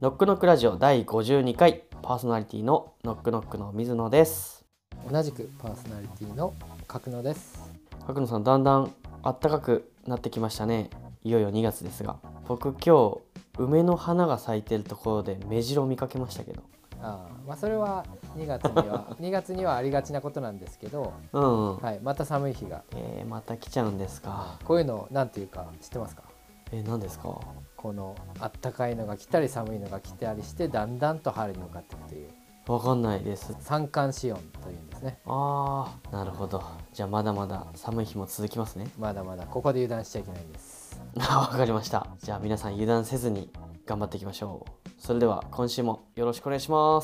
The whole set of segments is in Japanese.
ノックノックラジオ第52回パーソナリティのノックノックの水野です。 同じくパーソナリティの角野です。 角野さん、だんだん暖かくなってきましたね。いよいよ2月ですが、僕今日梅の花が咲いてるところで目白を見かけましたけど、 それは2月には2月にはありがちなことなんですけど、はい、また寒い日が、 また来ちゃうんですか。 こういうのなんていうか知ってますか？ 何ですか？ このあったかいのが来たり寒いのが来たりしてだんだんと春に向かっていくというわかんないです。 三寒四温というんですね。 なるほど。じゃあまだまだ寒い日も続きますね。 まだまだここで油断しちゃいけないんです。 わかりました。じゃあ皆さん油断せずに頑張っていきましょう。それでは今週もよろしくお願いします。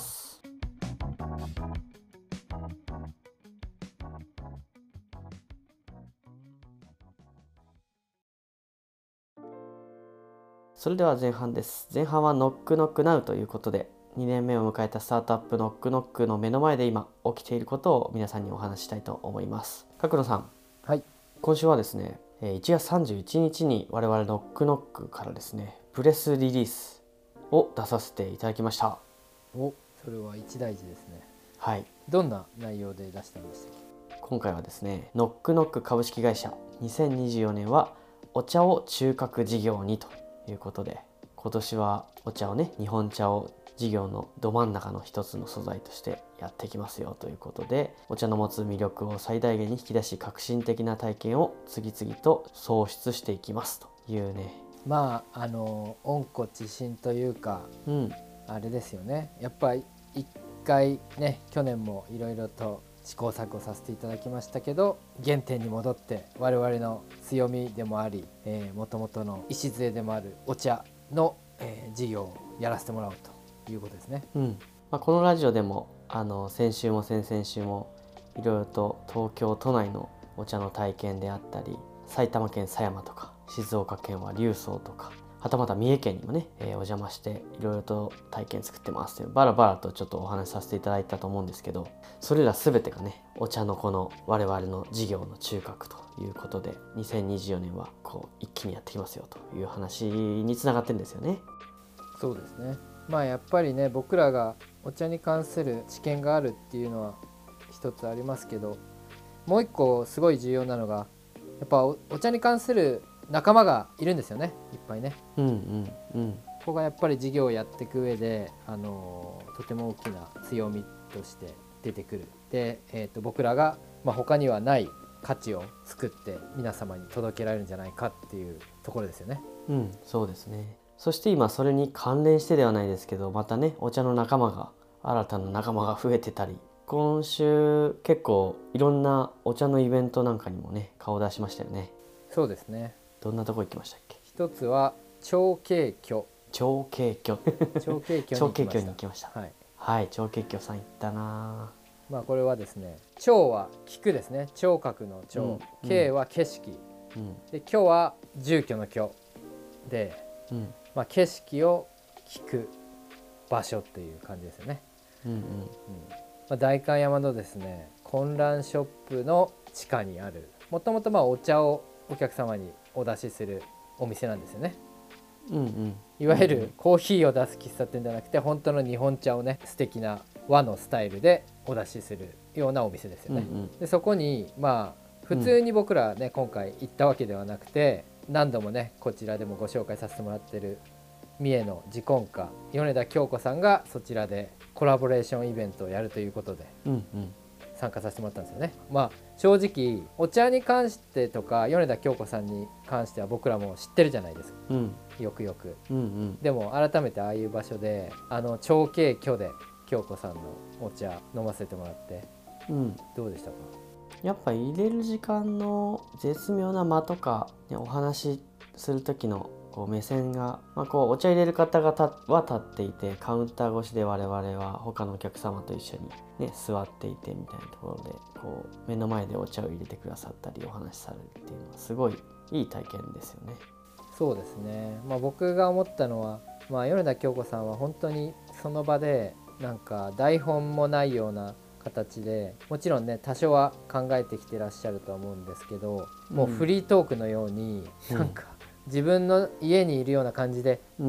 それでは前半です。前半はノックノックナウということで、2年目を迎えたスタートアップノックノックの目の前で今起きていることを皆さんにお話ししたいと思います。角野さん、 はい、 今週はですね、1月31日に我々ノックノックからですね、プレスリリースを出させていただきました。 それは一大事ですね。 はい。 どんな内容で出したんでしたっけ？ 今回はですね、ノックノック株式会社2024年はお茶を中核事業にということで、今年はお茶をね、日本茶を事業のど真ん中の一つの素材としてやっていきますよということで、お茶の持つ魅力を最大限に引き出し、革新的な体験を次々と創出していきますというね。 温故知新というか、あれですよね。やっぱり一回ね、去年もいろいろと試行錯誤させていただきましたけど、原点に戻って我々の強みでもあり、もともとの礎でもあるお茶の、事業をやらせてもらおうということですね。 このラジオでも先週も先々週もいろいろと東京都内のお茶の体験であったり、埼玉県狭山とか静岡県は龍荘とか、はたまた三重県にもね、お邪魔していろいろと体験作ってますというバラバラとちょっとお話しさせていただいたと思うんですけど、それら全てがね、お茶のこの我々の事業の中核ということで、2024年はこう一気にやってきますよという話につながってるんですよね。 そうですね。やっぱりね、僕らがお茶に関する知見があるっていうのは一つありますけど、もう一個すごい重要なのが、やっぱお茶に関する仲間がいるんですよね、いっぱいね。ここがやっぱり事業をやっていく上で、とても大きな強みとして出てくる。で、僕らが、他にはない価値を作って皆様に届けられるんじゃないかっていうところですよね。 そうですね。そして今それに関連してではないですけど、またね、お茶の仲間が、新たな仲間が増えてたり、今週結構いろんなお茶のイベントなんかにもね、顔出しましたよね。 そうですね。 どんなとこ行きましたっけ？ 一つは長慶居長慶居に行きました。はい、長慶居さん行ったな。 これはですね、長は菊ですね。聴覚の聴、慶は景色、で居は住居の居で、景色を聞く場所っていう感じですよね。代官山のですね、混乱ショップの地下にある、もともとお茶をお客様にお出しするお店なんですよね。いわゆるコーヒーを出す喫茶店じゃなくて、本当の日本茶をね、素敵な和のスタイルでお出しするようなお店ですよね。でそこに普通に僕らね、今回行ったわけではなくて、何度もねこちらでもご紹介させてもらってる三重の自婚家米田京子さんがそちらでコラボレーションイベントをやるということで参加させてもらったんですよね。正直お茶に関してとか米田京子さんに関しては僕らも知ってるじゃないですか、よくよく、でも改めてああいう場所で長慶居で京子さんのお茶飲ませてもらって、どうでしたか？ やっぱ入れる時間の絶妙な間とか、お話しする時のこう目線が、お茶入れる方々は立っていて、カウンター越しで我々は他のお客様と一緒に、ね、座っていてみたいなところで、こう目の前でお茶を入れてくださったりお話しされるっていうのはすごいいい体験ですよね。 そうですね。僕が思ったのは、米田京子さんは本当にその場でなんか台本もないような形で、もちろんね多少は考えてきてらっしゃるとは思うんですけど、もうフリートークのように、なんか自分の家にいるような感じで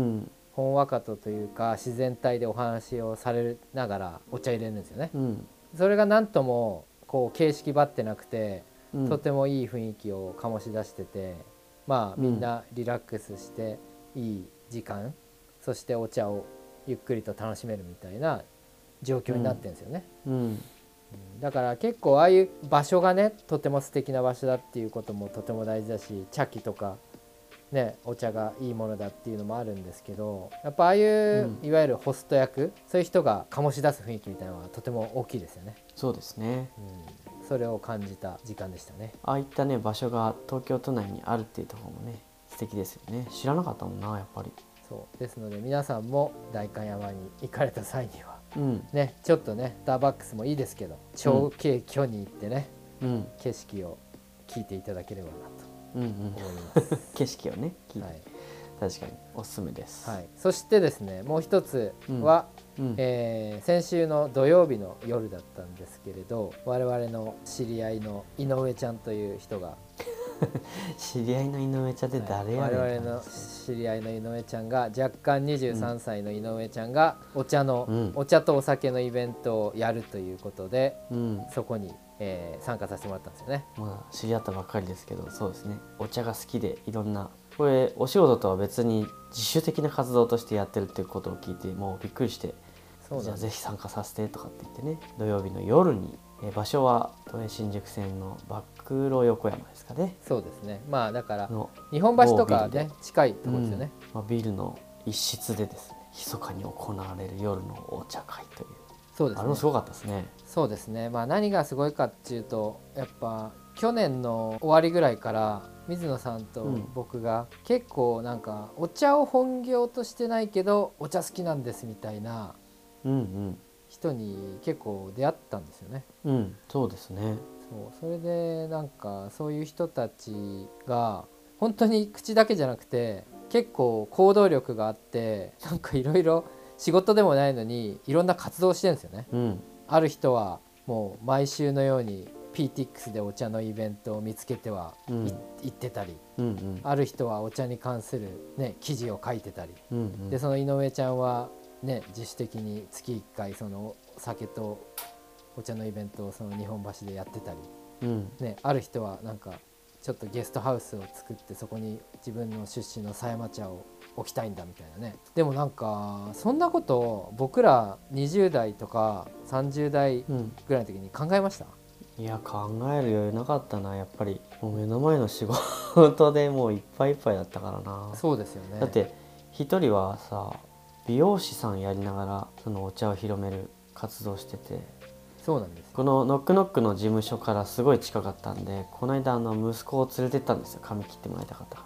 ほんわかというか自然体でお話をされながらお茶入れるんですよね。それがなんともこう形式ばってなくて、とてもいい雰囲気を醸し出してて、まあみんなリラックスしていい時間、そしてお茶をゆっくりと楽しめるみたいな状況になってるんですよね。だから結構ああいう場所がねとても素敵な場所だっていうこともとても大事だし、茶器とかねお茶がいいものだっていうのもあるんですけど、やっぱああいういわゆるホスト役、そういう人が醸し出す雰囲気みたいなのはとても大きいですよね。 そうですね、 それを感じた時間でしたね。 ああいったね場所が東京都内にあるっていうところもね素敵ですよね。知らなかったもんな、やっぱり。 そうですので皆さんも代官山に行かれた際には、ね、ちょっとねスターバックスもいいですけど長慶居に行ってね、景色を聞いていただければなと思います。 景色をね聞いて、確かにおすすめです。 そしてですね、もう一つは、先週の土曜日の夜だったんですけれど、我々の知り合いの井上ちゃんという人が知り合いの井上ちゃんって誰やねん、 我々の知り合いの井上ちゃんが、若干23歳の井上ちゃんがお茶とお酒のイベントをやるということで、そこに、参加させてもらったんですよね。 まあ知り合ったばっかりですけど、そうですね、お茶が好きでいろんな、これお仕事とは別に自主的な活動としてやってるっていうことを聞いてもうびっくりして、じゃあぜひ参加させてとかって言ってね、土曜日の夜に、場所は都営新宿線のバックロ横山ですかね。 そうですね、まあだから日本橋とかね近いところですよね。 ビルの一室でですね、密かに行われる夜のお茶会という。 そうですね、 あれもすごかったですね。 そうですね、まあ何がすごいかっていうと、やっぱ去年の終わりぐらいから水野さんと僕が結構なんかお茶を本業としてないけどお茶好きなんですみたいな人に結構出会ったんですよね。 そうですね。 それでなんかそういう人たちが本当に口だけじゃなくて結構行動力があって、なんかいろいろ仕事でもないのにいろんな活動してるんですよね。ある人はもう毎週のように PTX でお茶のイベントを見つけては行ってたり、ある人はお茶に関する、ね、記事を書いてたり、でその井上ちゃんは、ね、自主的に月1回そのお酒とお茶のイベントをその日本橋でやってたり、ね、ある人はなんかちょっとゲストハウスを作ってそこに自分の出身の狭山茶を置きたいんだみたいなね。でもなんかそんなこと僕ら20代とか30代ぐらいの時に考えました？ いや考える余裕なかったな。やっぱりもう目の前の仕事でもういっぱいいっぱいだったからな。 そうですよね。 だって一人はさ美容師さんやりながらそのお茶を広める活動してて、 そうなんです。 このノックノックの事務所からすごい近かったんで、この間息子を連れてったんですよ、髪切ってもらいたかったから、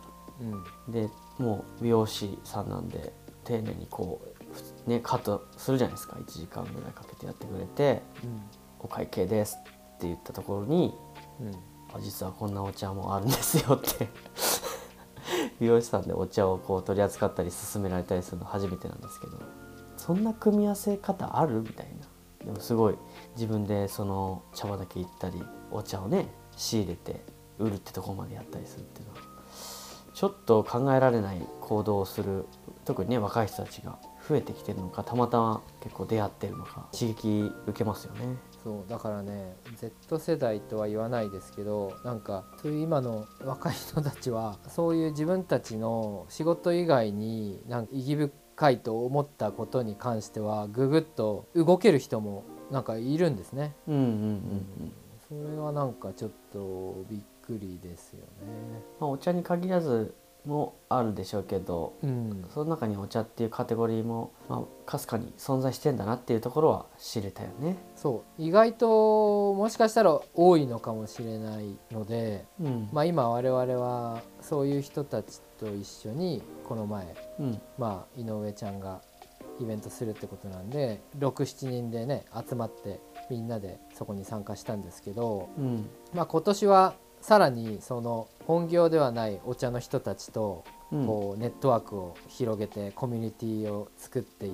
でもう美容師さんなんで丁寧にこうねカットするじゃないですか。1時間ぐらいかけてやってくれて、お会計ですって言ったところに、実はこんなお茶もあるんですよって美容師さんでお茶をこう取り扱ったり勧められたりするの初めてなんですけど、そんな組み合わせ方あるみたいな。でもすごい自分でその茶畑行ったりお茶をね仕入れて売るってところまでやったりするっていうのはちょっと考えられない行動をする、特にね若い人たちが増えてきてるのか、たまたま結構出会ってるのか刺激受けますよね。 そうだからね Z 世代とは言わないですけど、なんかそういう今の若い人たちはそういう自分たちの仕事以外になんか意義深いと思ったことに関してはぐぐっと動ける人もなんかいるんですね。それはなんかちょっとびっくりですよね。 お茶に限らずもあるでしょうけど、その中にお茶っていうカテゴリーもかすかに存在してんだなっていうところは知れたよね。 そう意外ともしかしたら多いのかもしれないので、今我々はそういう人たちと一緒にこの前、井上ちゃんがイベントするってことなんで 6,7 人でね集まってみんなでそこに参加したんですけど、今年はさらにその本業ではないお茶の人たちとこうネットワークを広げてコミュニティを作っていって、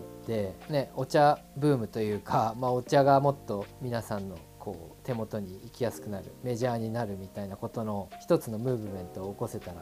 ね、お茶ブームというか、お茶がもっと皆さんのこう手元に行きやすくなる、メジャーになるみたいなことの一つのムーブメントを起こせたら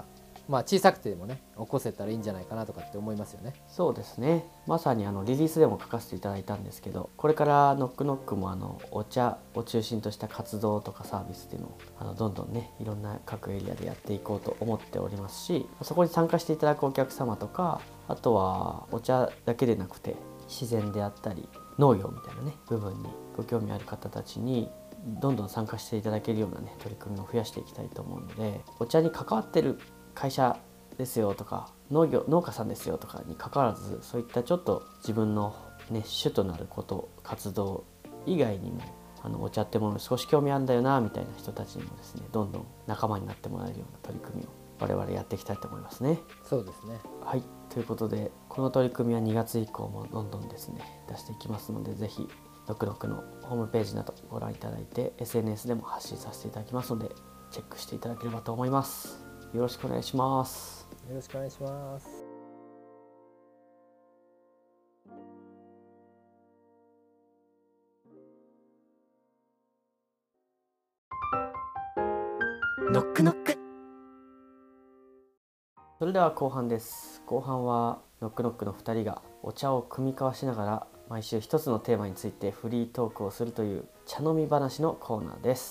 まあ小さくてもね起こせたらいいんじゃないかなとかって思いますよね。 そうですね。まさにリリースでも書かせていただいたんですけど、これからノックノックもお茶を中心とした活動とかサービスっていうのをどんどんねいろんな各エリアでやっていこうと思っておりますし、そこに参加していただくお客様とか、あとはお茶だけでなくて自然であったり農業みたいなね部分にご興味ある方たちにどんどん参加していただけるようなね取り組みを増やしていきたいと思うので、お茶に関わってる会社ですよとか農家さんですよとかに関わらず、そういったちょっと自分のね主となる活動以外にもお茶ってものに少し興味あるんだよなみたいな人たちにもですね、どんどん仲間になってもらえるような取り組みを我々やっていきたいと思いますね。 そうですね。 はい、ということでこの取り組みは2月以降もどんどんですね出していきますので、ぜひノックノックのホームページなどご覧いただいて SNS でも発信させていただきますので、チェックしていただければと思います。よろしくお願いします。 よろしくお願いします。 ノックノック。それでは後半です。後半はノックノックの2人がお茶を酌み交わしながら毎週一つのテーマについてフリートークをするという茶飲み話のコーナーです。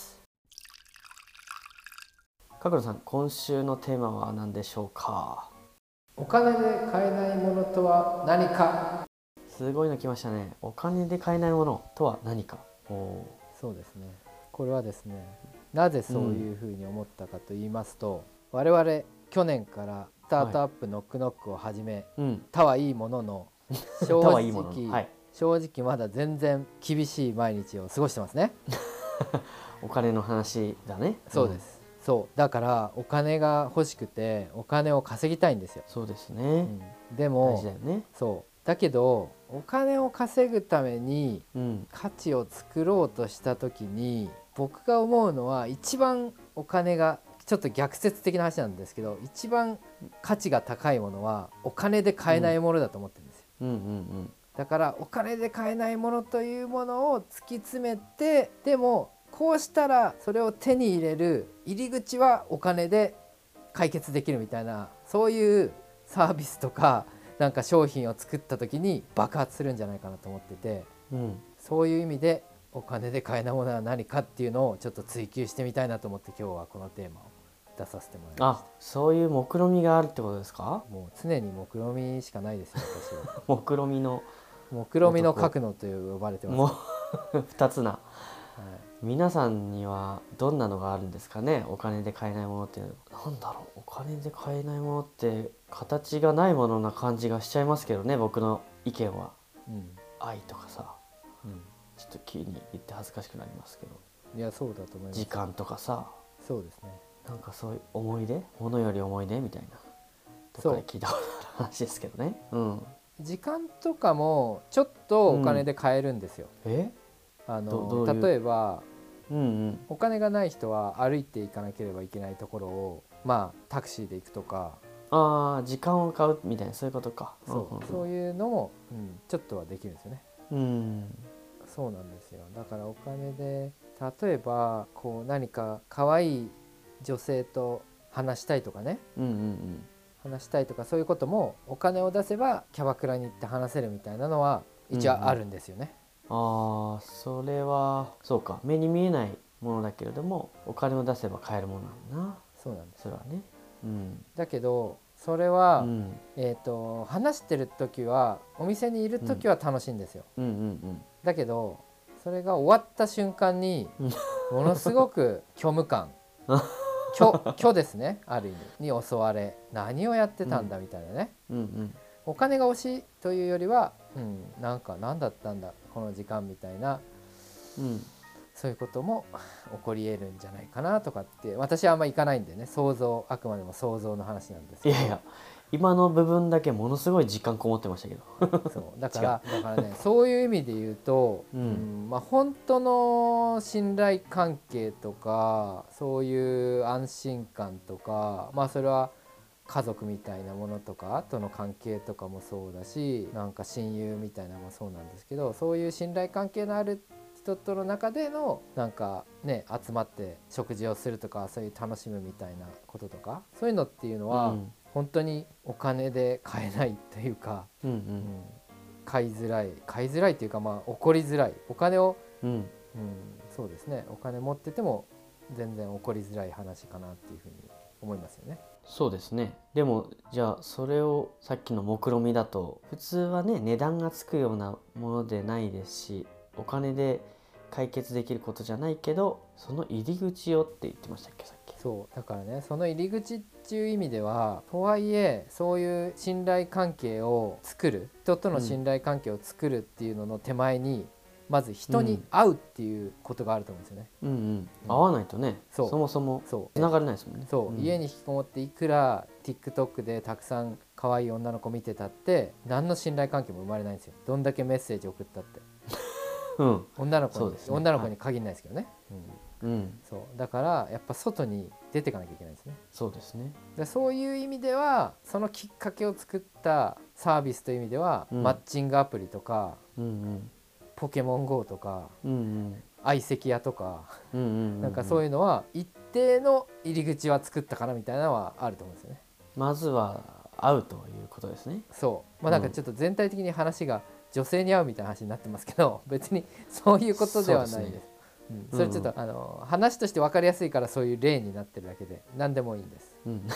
角野さん、今週のテーマは何でしょうか？ お金で買えないものとは何か。 すごいの来ましたね。お金で買えないものとは何か。 そうですね。これはですね、なぜそういうふうに思ったかと言いますと、我々去年からスタートアップノックノックを始め、たはいいものの正直まだ全然厳しい毎日を過ごしてますね。 お金の話だね。 そうです。そうだからお金が欲しくてお金を稼ぎたいんですよ。 そうですね。 でも大事だよね。 そうだけどお金を稼ぐために価値を作ろうとした時に、僕が思うのは一番お金がちょっと逆説的な話なんですけど、一番価値が高いものはお金で買えないものだと思ってるんですよ。だからお金で買えないものというものを突き詰めて、でもこうしたらそれを手に入れる入り口はお金で解決できるみたいな、そういうサービスとかなんか商品を作った時に爆発するんじゃないかなと思ってて、そういう意味でお金で買えないものは何かっていうのをちょっと追求してみたいなと思って、今日はこのテーマを出させてもらいました。 そういう目論みがあるってことですか？ もう常に目論みしかないですよ、私は。 目論みの角野と呼ばれてます。 2つな、皆さんにはどんなのがあるんですかね？お金で買えないものってなんだろう。お金で買えないものって形がないものな感じがしちゃいますけどね、僕の意見は。愛とかさ、ちょっと急に言って恥ずかしくなりますけど、 いやそうだと思います。 時間とかさ、 そうですね、 なんかそういう思い出、物より思い出みたいなどっかで聞いたことある話ですけどね。 時間とかもちょっとお金で買えるんですよ。例えば、お金がない人は歩いていかなければいけないところをタクシーで行くとか、 時間を買うみたいな、そういうことか。 そういうのも、ちょっとはできるんですよね。そうなんですよ。だからお金で例えばこう何か可愛い女性と話したいとかね、話したいとか、そういうこともお金を出せばキャバクラに行って話せるみたいなのは一応あるんですよね。 それはそうか、目に見えないものだけれどもお金を出せば買えるものなんだな。 そうなんです。 それはね。 だけどそれは、話してる時は、お店にいる時は楽しいんですよ。だけどそれが終わった瞬間にものすごく虚無感虚ですね、ある意味に襲われ、何をやってたんだみたいなね。お金が欲しいというよりは、なんか何だったんだこの時間みたいな、そういうことも起こり得るんじゃないかなとかって、私はあんまりいかないんでね、あくまでも想像の話なんですけど。 いや今の部分だけものすごい時間こもってましたけど。 そうだからね、そういう意味で言うと、本当の信頼関係とか、そういう安心感とか、それは家族みたいなものとかとの関係とかもそうだし、なんか親友みたいなのもそうなんですけど、そういう信頼関係のある人との中でのなんかね集まって食事をするとかそういう楽しむみたいなこととかそういうのっていうのは、本当にお金で買えないというか、買いづらいというか、まあ起こりづらいお金を、そうですね、お金持ってても全然起こりづらい話かなっていうふうに思いますよね。 そうですね。でもじゃあそれをさっきの目論見みだと普通はね値段がつくようなものでないですし、お金で解決できることじゃないけど、その入り口をって言ってましたっけさっき。 そうだからね、その入り口っていう意味ではとはいえそういう信頼関係を作る、人との信頼関係を作るっていうのの手前に、まず人に会うっていうことがあると思うんですよね。 会わないとね、そもそもつながれないですもんね。 家に引きこもっていくら TikTok でたくさん可愛い女の子見てたって何の信頼関係も生まれないんですよ。どんだけメッセージ送ったって女の子に限らないですけどね。そうだからやっぱ外に出ていかなきゃいけないですね。 そうですね。 でそういう意味ではそのきっかけを作ったサービスという意味では、マッチングアプリとか、ポケモン GO とか、相席屋とか、なんかそういうのは一定の入り口は作ったかなみたいなのはあると思うんですよね。 まずは会うということですね。 そうまあなんかちょっと全体的に話が女性に会うみたいな話になってますけど、別にそういうことではないです。それちょっと話として分かりやすいからそういう例になってるだけで何でもいいんです。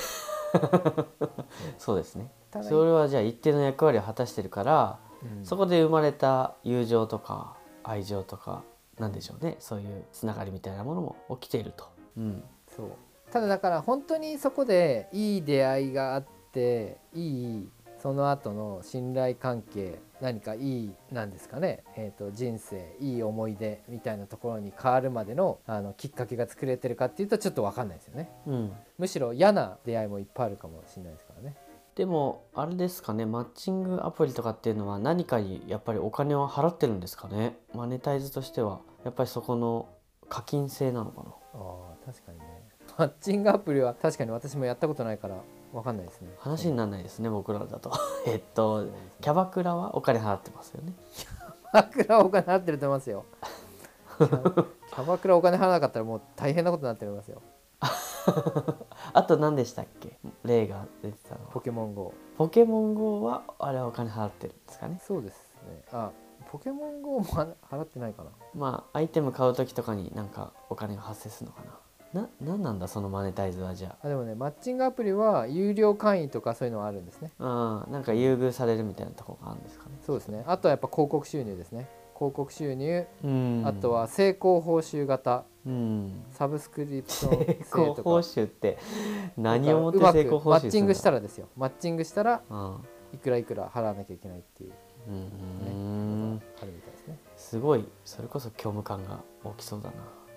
そうですね。それはじゃあ一定の役割を果たしてるから、そこで生まれた友情とか愛情とかなんでしょうね、そういうつながりみたいなものも起きていると。 そうただだから本当にそこでいい出会いがあっていいその後の信頼関係、何かいいなんですかね、人生いい思い出みたいなところに変わるまでのきっかけが作れてるかっていうとちょっと分かんないですよね。むしろ嫌な出会いもいっぱいあるかもしれないですからね。 でもあれですかね、マッチングアプリとかっていうのは何かにやっぱりお金を払ってるんですかね。マネタイズとしてはやっぱりそこの課金制なのかな。 確かにね、マッチングアプリは確かに私もやったことないから分かんないですね。 話にならないですね、僕らだとキャバクラはお金払ってますよね。 キャバクラはお金払ってると思いますよ。キャバクラお金払わなかったらもう大変なことになってると思いますよ。 あと何でしたっけ、例が出てたのは。 ポケモン GO。 ポケモン GO はあれはお金払ってるんですかね。 そうですね。ポケモン GO も払ってないかな。 まあアイテム買う時とかになんかお金が発生するのかな。なんだそのマネタイズは。じゃあでもね、マッチングアプリは有料会員とかそういうのはあるんですね。 なんか優遇されるみたいなところがあるんですかね。 そうですね。あとはやっぱ広告収入ですね。広告収入、あとは成功報酬型、サブスクリプション制とか。 成功報酬って何をもって成功報酬するんだ。 マッチングしたらですよ。マッチングしたらいくらいくら払わなきゃいけないっていう、あるみたいですね。 すごい、それこそ虚無感が大きそうだな。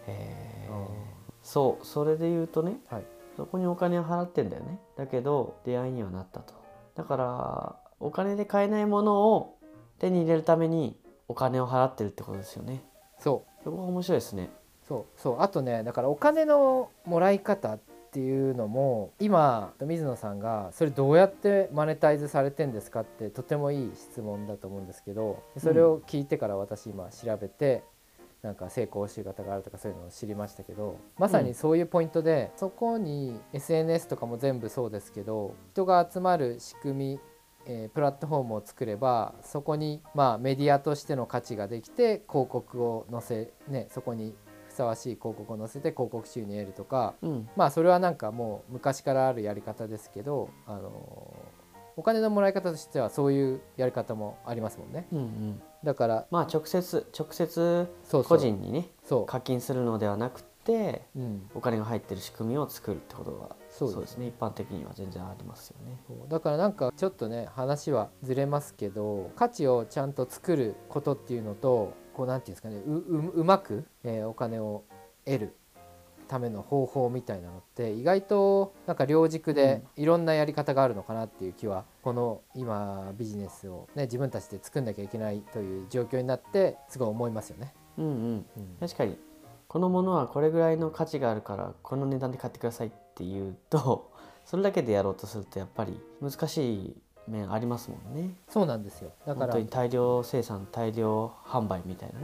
それで言うとね、そこにお金を払ってんだよね。だけど出会いにはなったと。だからお金で買えないものを手に入れるためにお金を払ってるってことですよね。そこが面白いですね。 あとね、だからお金のもらい方っていうのも今水野さんがそれどうやってマネタイズされてんですかってとてもいい質問だと思うんですけど、それを聞いてから私今調べて、なんか成功報酬型があるとかそういうのを知りましたけど、まさにそういうポイントで、そこに SNS とかも全部そうですけど、人が集まる仕組み、プラットフォームを作ればそこにメディアとしての価値ができて広告を載せ、そこにふさわしい広告を載せて広告収入を得るとか、それはなんかもう昔からあるやり方ですけど、お金のもらい方としてはそういうやり方もありますもんね。だから直接個人にね課金するのではなくて、お金が入ってる仕組みを作るってことはそうですね、一般的には全然ありますよね。 だからなんかちょっとね話はずれますけど、価値をちゃんと作ることっていうのと、こうなんていうんですかね、うまく、お金を得るための方法みたいなのって意外となんか両軸でいろんなやり方があるのかなっていう気は、この今ビジネスをね自分たちで作んなきゃいけないという状況になってすごい思いますよね。 確かにこのものはこれぐらいの価値があるからこの値段で買ってくださいっていうと、それだけでやろうとするとやっぱり難しい面ありますもんね。 そうなんですよ。だから本当に大量生産大量販売みたいなね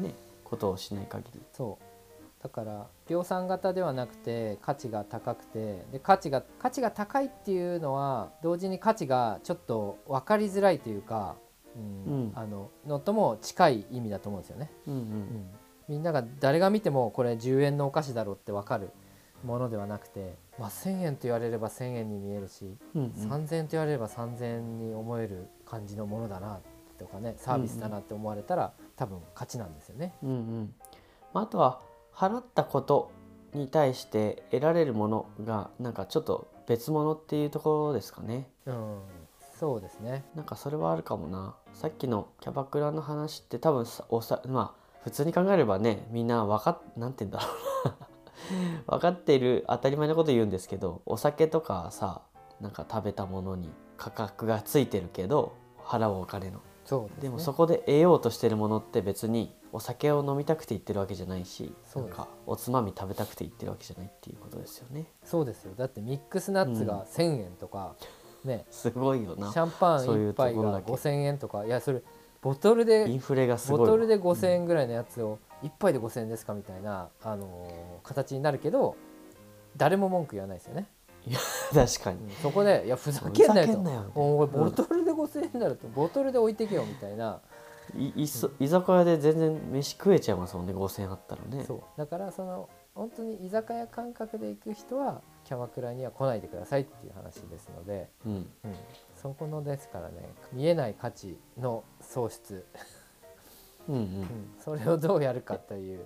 ことをしない限り。 そうだから量産型ではなくて価値が高くて、で価値が高いっていうのは同時に価値がちょっと分かりづらいというか、のとも近い意味だと思うんですよね。みんなが誰が見てもこれ10円のお菓子だろうって分かるものではなくて、1,000円と言われれば1,000円に見えるし、3,000円と言われれば3,000円に思える感じのものだなとかね、サービスだなって思われたら多分価値なんですよね。 あとは払ったことに対して得られるものがなんかちょっと別物っていうところですかね。 そうですね。 なんかそれはあるかもな。さっきのキャバクラの話って多分普通に考えればね、みんななんて言うんだろう分かっている当たり前のこと言うんですけど、お酒とかさ、なんか食べたものに価格がついてるけど払うお金の、でもそこで得ようとしてるものって別にお酒を飲みたくて言ってるわけじゃないし、なんかおつまみ食べたくて言ってるわけじゃないっていうことですよね。 そうですよ。だってミックスナッツが1,000円とか、 すごいよな。 シャンパン1杯が5,000円とか、いやそれボトルでインフレがすごいボトルで5,000円ぐらいのやつを1杯で5,000円ですかみたいな、形になるけど誰も文句言わないですよね。 いや確かに、 そこで「いやふざけんなよ」と「ボトルで5,000円になるとボトルで置いてけよ」みたいな。 居酒屋で全然飯食えちゃいますもんね、5,000円あったらね。 そうだから本当に居酒屋感覚で行く人はキャバクラには来ないでくださいっていう話ですので、そこのですからね、見えない価値の創出それをどうやるかという。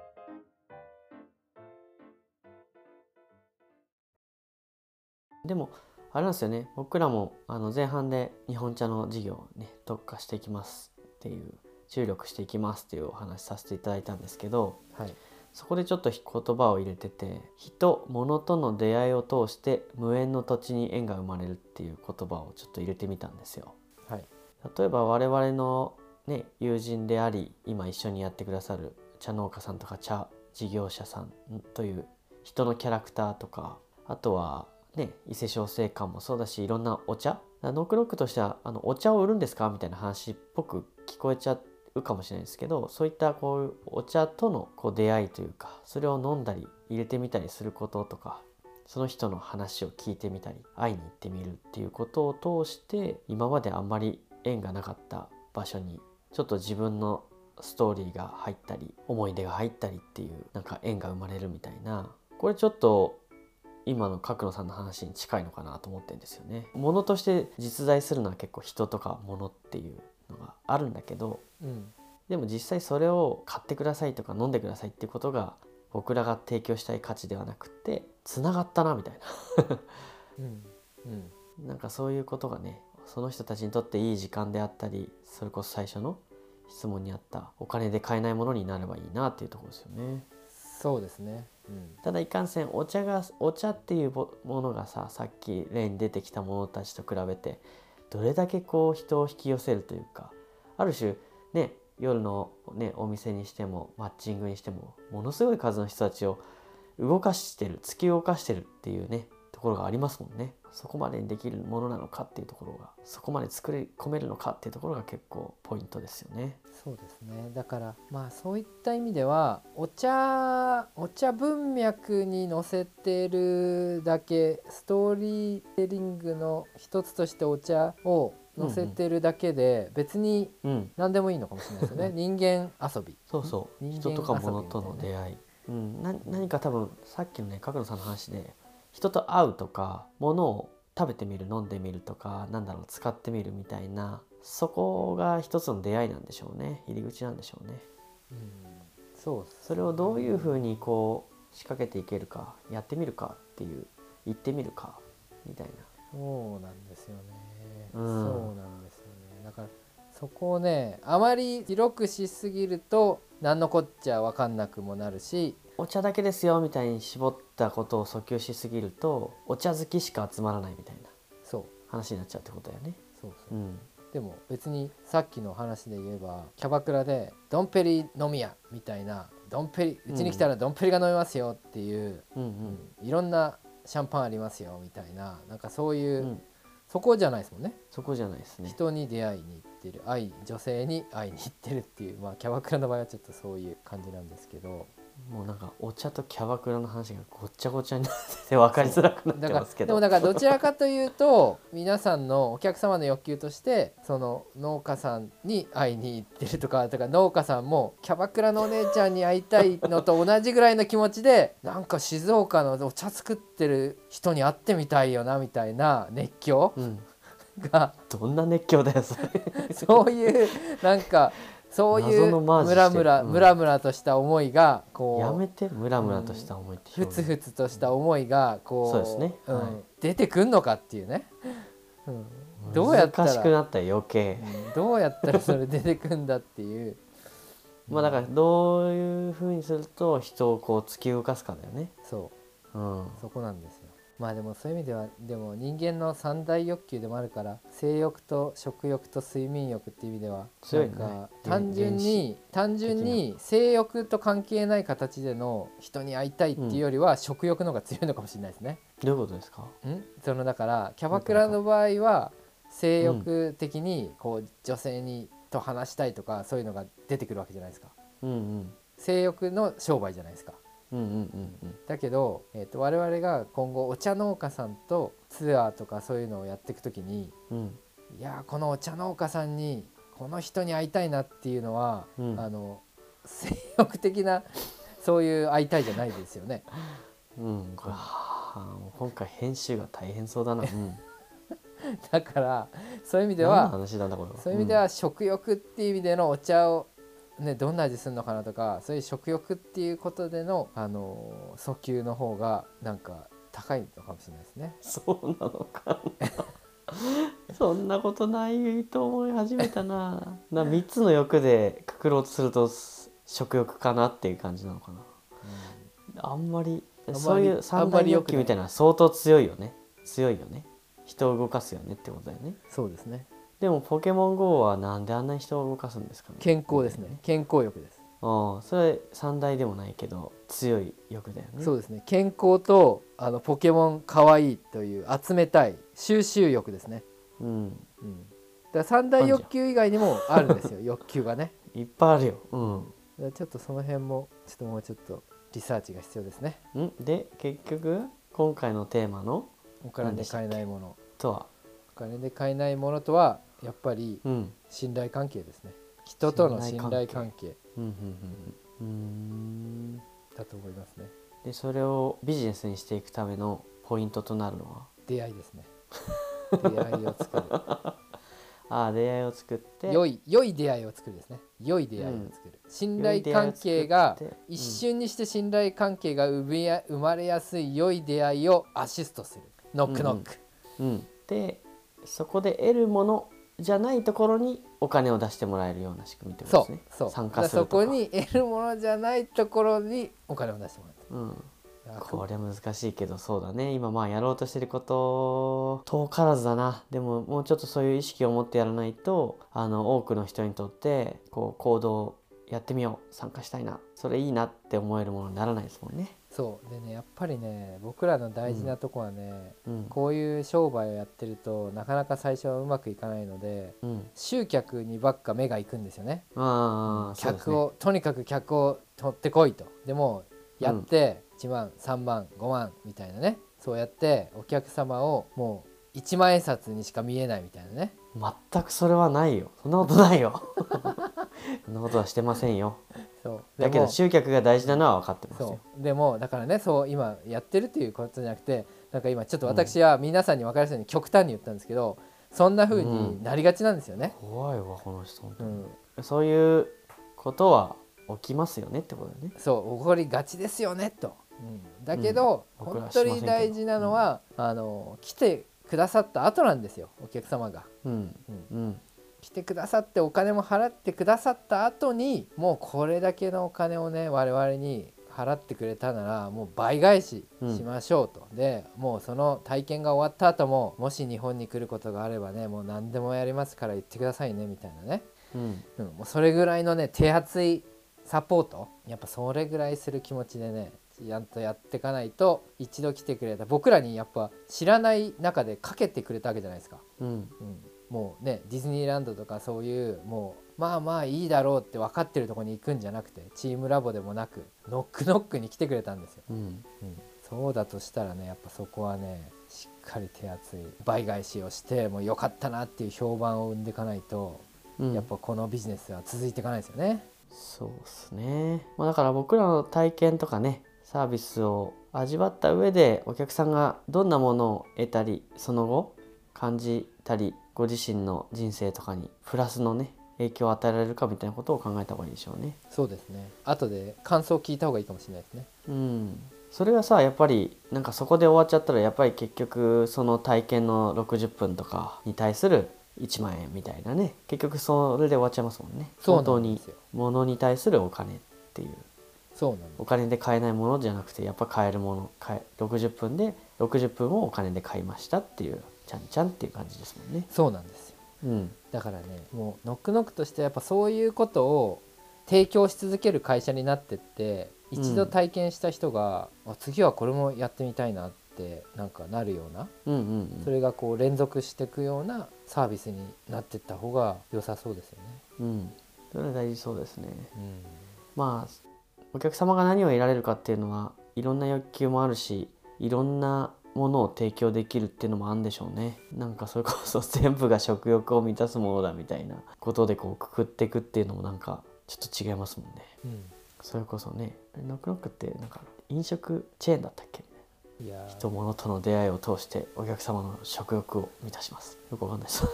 でもあれなんですよね、僕らも前半で日本茶の事業をね特化していきますっていう、注力していきますっていうお話させていただいたんですけど、そこでちょっと言葉を入れてて、人物との出会いを通して無縁の土地に縁が生まれるっていう言葉をちょっと入れてみたんですよ。例えば我々のね友人であり、今一緒にやってくださる茶農家さんとか茶事業者さんという人のキャラクターとか、あとはね伊勢商成館もそうだし、いろんなお茶、ノックノックとしてはお茶を売るんですかみたいな話っぽく聞こえちゃうかもしれないですけど、そういったこういうお茶との出会いというか、それを飲んだり入れてみたりすることとか、その人の話を聞いてみたり会いに行ってみるっていうことを通して、今まであんまり縁がなかった場所にちょっと自分のストーリーが入ったり思い出が入ったりっていう、なんか縁が生まれるみたいな、これちょっと今の角野さんの話に近いのかなと思ってるんですよね。物として実在するのは結構人とか物っていうのがあるんだけど、でも実際それを買ってくださいとか飲んでくださいっていうことが僕らが提供したい価値ではなくて、つながったなみたいななんかそういうことがね、その人たちにとっていい時間であったり、それこそ最初の質問にあったお金で買えないものになればいいなっていうところですよね。 そうですね、 ただいかんせんお茶っていうものがさっき例に出てきたものたちと比べてどれだけこう人を引き寄せるというか、ある種ね夜のねお店にしてもマッチングにしてもものすごい数の人たちを突き動かしてるっていうねところがありますもんね。そこまでにできるものなのかっていうところが、そこまで作り込めるのかっていうところが結構ポイントですよね。 そうですね。だからそういった意味ではお茶文脈に載せてるだけ、ストーリーテリングの一つとしてお茶を載せてるだけで別に何でもいいのかもしれないですよね。人間遊び。 人とか物との出会い、何か多分さっきのね角野さんの話で、人と会うとか物を食べてみる飲んでみるとか使ってみるみたいな、そこが一つの出会いなんでしょうね。入り口なんでしょうね。それをどういうふうにこう仕掛けていけるか、やってみるかっていう、行ってみるかみたいな。 そうなんですよね、そうなんですよね。だからそこをねあまり広くしすぎると何のこっちゃ分かんなくもなるし、 お茶だけですよみたいに絞ったことを訴求しすぎるとお茶好きしか集まらないみたいな話になっちゃうってことだよね。 でも別にさっきの話で言えばキャバクラでドンペリ飲み屋みたいな、ドンペリうちに来たらドンペリが飲めますよっていう、いろんなシャンパンありますよみたいな、なんかそういう、そこじゃないですもんね。 そこじゃないですね。 人に出会いに行っっている、女性に会いに行ってるっていう、まあキャバクラの場合はちょっとそういう感じなんですけど、 もうなんかお茶とキャバクラの話がごっちゃごちゃになってて分かりづらくなってますけど、 でもだからどちらかというと皆さんのお客様の欲求としてその農家さんに会いに行ってるとか、だから農家さんもキャバクラのお姉ちゃんに会いたいのと同じぐらいの気持ちで、なんか静岡のお茶作ってる人に会ってみたいよなみたいな熱狂が、 どんな熱狂だよそれそういうなんかそういうムラムラとした思いがこう、 やめてムラムラとした思いってふつふつとした思いがこう、 そうですね、 出てくんのかっていうね、どうやったら難しくなったよ余計、 どうやったらそれ出てくんだっていうまあだからどういうふうにすると人をこう突き動かすかだよね。 そう、 うん、 そこなんですよ。まあでもそういう意味ではでも人間の三大欲求でもあるから、性欲と食欲と睡眠欲っていう意味では強いね。 なんか単純に性欲と関係ない形での人に会いたいっていうよりは食欲の方が強いのかもしれないですね。 どういうことですか？ そのだからキャバクラの場合は性欲的にこう女性にと話したいとかそういうのが出てくるわけじゃないですか。性欲の商売じゃないですか。だけど、我々が今後お茶農家さんとツアーとかそういうのをやっていくときに、いやこのお茶農家さんにこの人に会いたいなっていうのは、性欲的なそういう会いたいじゃないですよね。 今回編集が大変そうだな。 だからそういう意味ではそういう意味では食欲っていう意味でのお茶をね、どんな味するのかなとか、そういう食欲っていうことでの、訴求の方がなんか高いのかもしれないですね。 そうなのかなそんなことないと思い始めたな。3つの欲でくくろうとすると食欲かなっていう感じなのかな。あんまりそういう三大欲求みたいなのは相当強いよね。人を動かすよねってことだよね。 そうですね。 でもポケモン GO はなんであんなに人を動かすんですかね。 健康ですね。健康欲です。 それ三大でもないけど強い欲だよね。 そうですね。健康とポケモンかわいいという集めたい収集欲ですね。だから三大欲求以外にもあるんですよ欲求がね。 いっぱいあるよ。 ちょっとその辺ももうちょっとリサーチが必要ですね。 で結局今回のテーマのお金で買えないものとは、 お金で買えないものとはやっぱり信頼関係ですね。人との信頼関係だと思いますね。 でそれをビジネスにしていくためのポイントとなるのは出会いですね。出会いを作る出会いを作って良い出会いを作るですね。良い出会いを作る、信頼関係が一瞬にして信頼関係が生まれやすい良い出会いをアシストする。ノックノック、 でそこで得るものじゃないところにお金を出してもらえるような仕組みってことですね。参加するとか、 そこに得るものじゃないところにお金を出してもらう。 これ難しいけど、そうだね、今やろうとしてること遠からずだな。でももうちょっとそういう意識を持ってやらないと多くの人にとってこう行動やってみよう、参加したいな、それいいなって思えるものにならないですもんね。 そうでね、やっぱりね僕らの大事なとこはね、こういう商売をやってるとなかなか最初はうまくいかないので、集客にばっか目がいくんですよね。とにかく客を取ってこいと。でもやって1万3万5万みたいなね、そうやってお客様をもう1万円札にしか見えないみたいなね。 全くそれはないよ。そんなことないよそんなことはしてませんよ。だけど集客が大事なのは分かってますよ。 でもだからね、そう今やってるっていうことじゃなくて、なんか今ちょっと私は皆さんに分かりやすいように極端に言ったんですけど、そんな風になりがちなんですよね。 怖いわこの人、そういうことは起きますよねってことだね。 そう起こりがちですよねと、だけど、本当に大事なのは、来てくださった後なんですよ。お客様が、来てくださってお金も払ってくださった後に、もうこれだけのお金をね我々に払ってくれたならもう倍返ししましょうと、でもうその体験が終わった後ももし日本に来ることがあればね、もう何でもやりますから言ってくださいねみたいなね、もうそれぐらいのね手厚いサポート、やっぱそれぐらいする気持ちでねちゃんとやっていかないと、一度来てくれた僕らにやっぱ知らない中でかけてくれたわけじゃないですか。 もうねディズニーランドとかそういうもうまあまあいいだろうって分かってるところに行くんじゃなくて、チームラボでもなくノックノックに来てくれたんですよ、そうだとしたらねやっぱそこはねしっかり手厚い倍返しをしてもう良かったなっていう評判を生んでいかないと、やっぱこのビジネスは続いていかないですよね。 そうですね、だから僕らの体験とかねサービスを味わった上でお客さんがどんなものを得たりその後感じたりご自身の人生とかにプラスのね影響を与えられるかみたいなことを考えた方がいいでしょうね。 そうですね、後で感想を聞いた方がいいかもしれないですね。 それがさやっぱりなんかそこで終わっちゃったらやっぱり結局その体験の60分とかに対する1万円みたいなね、結局それで終わっちゃいますもんね。本当に物に対するお金っていう、 そうなんです。 お金で買えないものじゃなくてやっぱ買えるもの、60分で60分をお金で買いましたっていうちゃんちゃんっていう感じですもんね。 そうなんですよ、だからねもうノックノックとしてやっぱそういうことを提供し続ける会社になってって、一度体験した人が、次はこれもやってみたいなってなんかなるような、それがこう連続していくようなサービスになっていった方が良さそうですよね。 それは大事そうですね。まあお客様が何を得られるかっていうのはいろんな欲求もあるし、いろんなものを提供できるっていうのもあるんでしょうね。なんかそれこそ全部が食欲を満たすものだみたいなことでこうくくっていくっていうのもなんかちょっと違いますもんね。それこそねノックノックってなんか飲食チェーンだったっけ、人物との出会いを通してお客様の食欲を満たします。よくわかんないです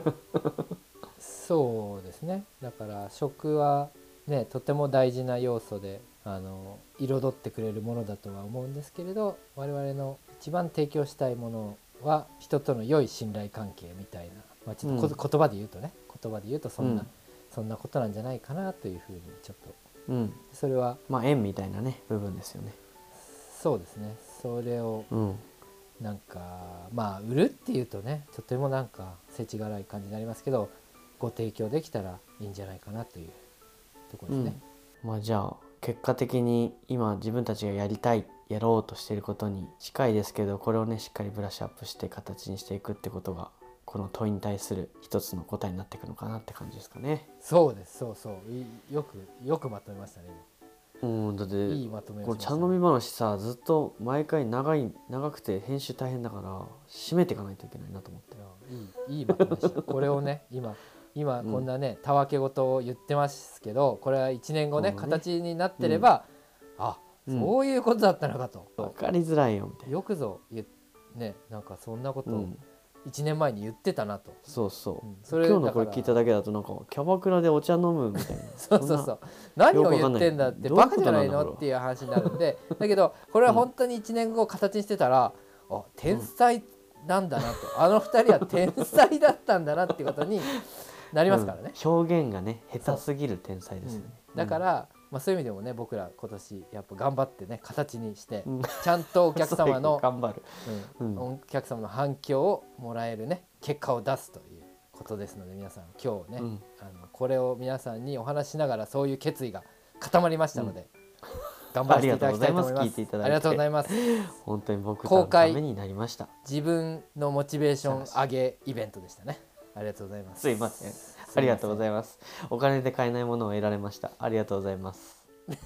そうですね、だから食はねとても大事な要素で彩ってくれるものだとは思うんですけれど、我々の一番提供したいものは人との良い信頼関係みたいな、ちょっと言葉で言うとね、そんなことなんじゃないかなというふうにちょっと、それは縁みたいなね部分ですよね。 そうですね、それを、なんか売るっていうとねとてもなんか世知辛い感じになりますけど、ご提供できたらいいんじゃないかなというところですね。 じゃあ結果的に今自分たちがやろうとしていることに近いですけど、これをねしっかりブラッシュアップして形にしていくってことがこの問いに対する一つの答えになっていくのかなって感じですかね。 そうです、よくまとめましたねだっていいまとめをしましたね。 これ茶飲み話さずっと毎回長くて編集大変だから締めていかないといけないなと思って。 いいまとめでしたこれをね今こんなねたわけ事を言ってますけど、これは1年後ね形になってれば、そういうことだったのかと分かりづらいよみたいな。 よくぞね、なんかそんなことを1年前に言ってたなと。 今日のこれ聞いただけだとなんかキャバクラでお茶飲むみたいなそう何を言ってんだってバカじゃないのっていう話になるんでだけどこれは本当に1年後形にしてたら、天才なんだなと、あの2人は天才だったんだなっていうことになりますからね。 表現がね下手すぎる天才ですよね。 だから、そういう意味でもね僕ら今年やっぱ頑張ってね形にして、ちゃんとお客様のお客様の反響をもらえるね結果を出すということですので、皆さん今日ね、これを皆さんにお話しながらそういう決意が固まりましたので、頑張っていただきたいと思います。 聞いていただいてありがとうございます。 本当に僕のためになりました。 自分のモチベーション上げイベントでしたね。ありがとうございます。 すいません。ありがとうございます。お金で買えないものを得られました。ありがとうございます。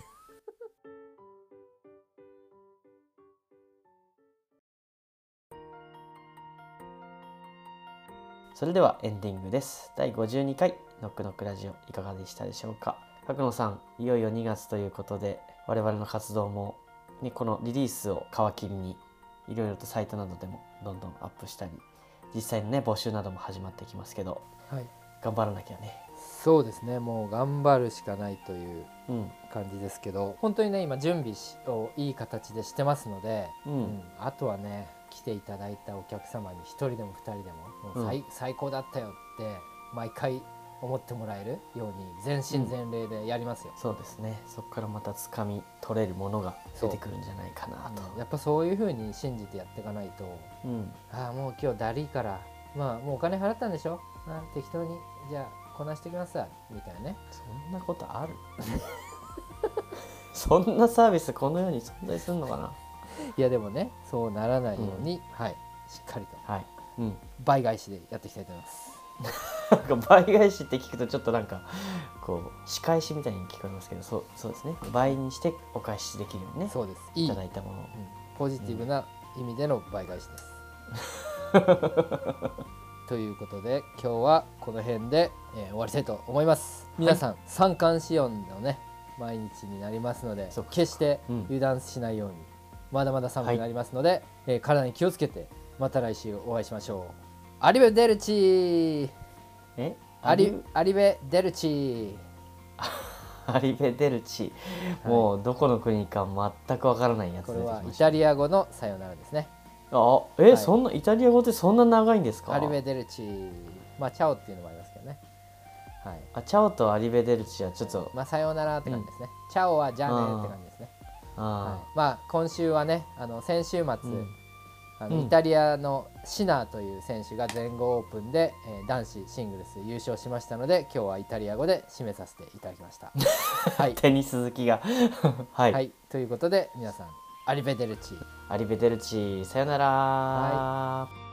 それではエンディングです。第52回ノックノックラジオいかがでしたでしょうか。角野さん、いよいよ2月ということで我々の活動も、このリリースを皮切りにいろいろとサイトなどでもどんどんアップしたり、実際のね募集なども始まってきますけど、頑張らなきゃね。 そうですね、もう頑張るしかないという感じですけど、本当にね今準備をいい形でしてますので、あとはね来ていただいたお客様に1人でも2人でも、もう最高だったよって毎回思ってもらえるように全身全霊でやりますよ。 そうですね、そこからまた掴み取れるものが出てくるんじゃないかなと。 やっぱそういうふうに信じてやっていかないと、もう今日だりいからもうお金払ったんでしょ、適当にじゃあこなしてきますわみたいなね。 そんなことあるそんなサービスこの世に存在するのかな。 いやでもねそうならないように、しっかりと倍返しでやっていきたいと思います。 なんか倍返しって聞くとちょっとなんかこう仕返しみたいに聞こえますけど、そうですね、倍にしてお返しできるようにね、 そうです。 いただいたものを、 ポジティブな意味での倍返しです。ということで今日はこの辺で、終わりたいと思います。皆さん、三寒四温のね毎日になりますので、決して油断しないように、まだまだ寒くなりますので、体に気をつけてまた来週お会いしましょう。アリベデルチー。アリベデルチー。 アリベデルチー、もうどこの国か全くわからないやつこれはイタリア語のさよならですね。 そんなイタリア語ってそんな長いんですか？ アリベデルチー、まあチャオっていうのもありますけどね。 チャオとアリベデルチはちょっと、 さよならって感じですね。チャオはじゃあねって感じですね。まあ今週はね、先週末、イタリアのシナーという選手が全豪オープンで、男子シングルス優勝しましたので、今日はイタリア語で締めさせていただきました。 テニス好きがはい、 ということで皆さんアリベデルチー、 さよなら。